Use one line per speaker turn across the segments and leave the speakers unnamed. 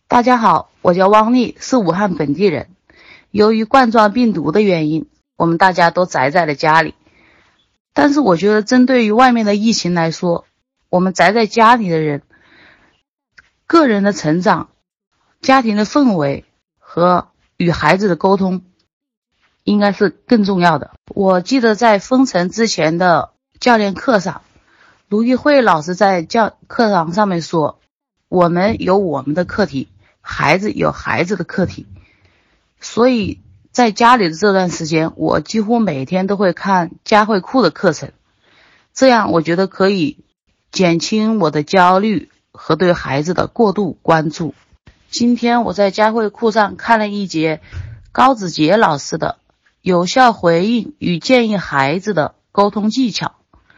大家好，我叫汪丽，是武汉本地人。由于冠状病毒的原因，我们大家都宅在了家里。但是我觉得针对于外面的疫情来说，我们宅在家里的人，个人的成长、家庭的氛围和与孩子的沟通应该是更重要的。我记得在封城之前的教练课上，卢玉慧老师在课堂上面说，我们有我们的课题，孩子有孩子的课题。所以在家里的这段时间，我几乎每天都会看佳慧库的课程，这样我觉得可以减轻我的焦虑和对孩子的过度关注。今天我在佳慧库上看了一节高子杰老师的有效回应与建议孩子的沟通技巧。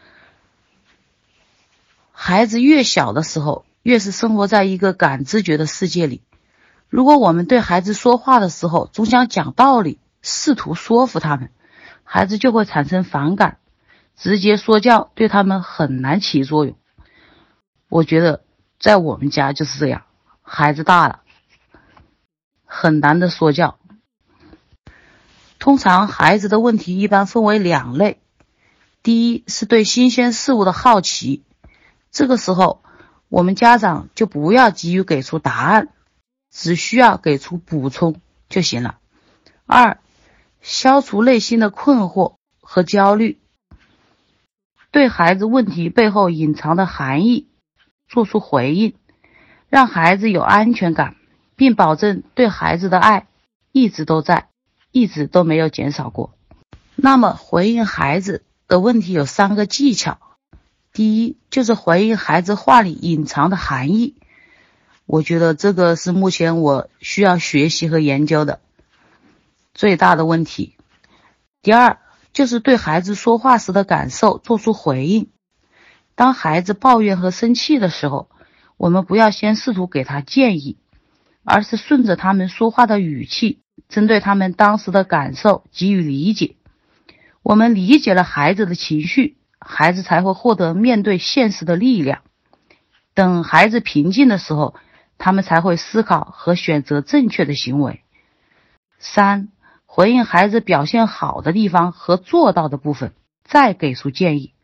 孩子越小的时候，越是生活在一个感知觉的世界里。如果我们对孩子说话的时候总想讲道理，试图说服他们，孩子就会产生反感，直接说教对他们很难起作用。我觉得在我们家就是这样，孩子大了很难的说教。通常孩子的问题一般分为两类，第一是对新鲜事物的好奇，这个时候我们家长就不要急于给出答案，只需要给出补充就行了。二，消除内心的困惑和焦虑，对孩子问题背后隐藏的含义做出回应，让孩子有安全感，并保证对孩子的爱一直都在，一直都没有减少过。那么回应孩子的问题有3个技巧。第一，就是回应孩子话里隐藏的含义，我觉得这个是目前我需要学习和研究的最大的问题。第二，就是对孩子说话时的感受做出回应。当孩子抱怨和生气的时候，我们不要先试图给他建议，而是顺着他们说话的语气，针对他们当时的感受给予理解。我们理解了孩子的情绪，孩子才会获得面对现实的力量。等孩子平静的时候，他们才会思考和选择正确的行为。3，回应孩子表现好的地方和做到的部分，再给出建议。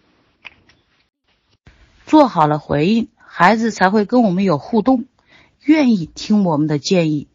做好了回应，孩子才会跟我们有互动，愿意听我们的建议。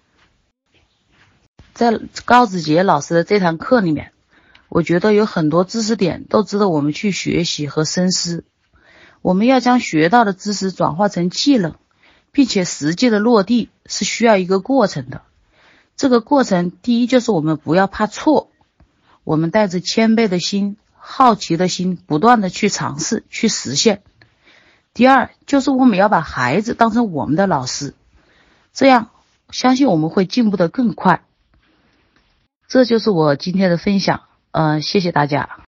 在高子杰老师的这堂课里面，我觉得有很多知识点都值得我们去学习和深思。我们要将学到的知识转化成技能，并且实际的落地是需要一个过程的。这个过程，第一就是我们不要怕错，我们带着谦卑的心、好奇的心，不断的去尝试、去实现。第二，就是我们要把孩子当成我们的老师，这样相信我们会进步得更快。这就是我今天的分享，谢谢大家。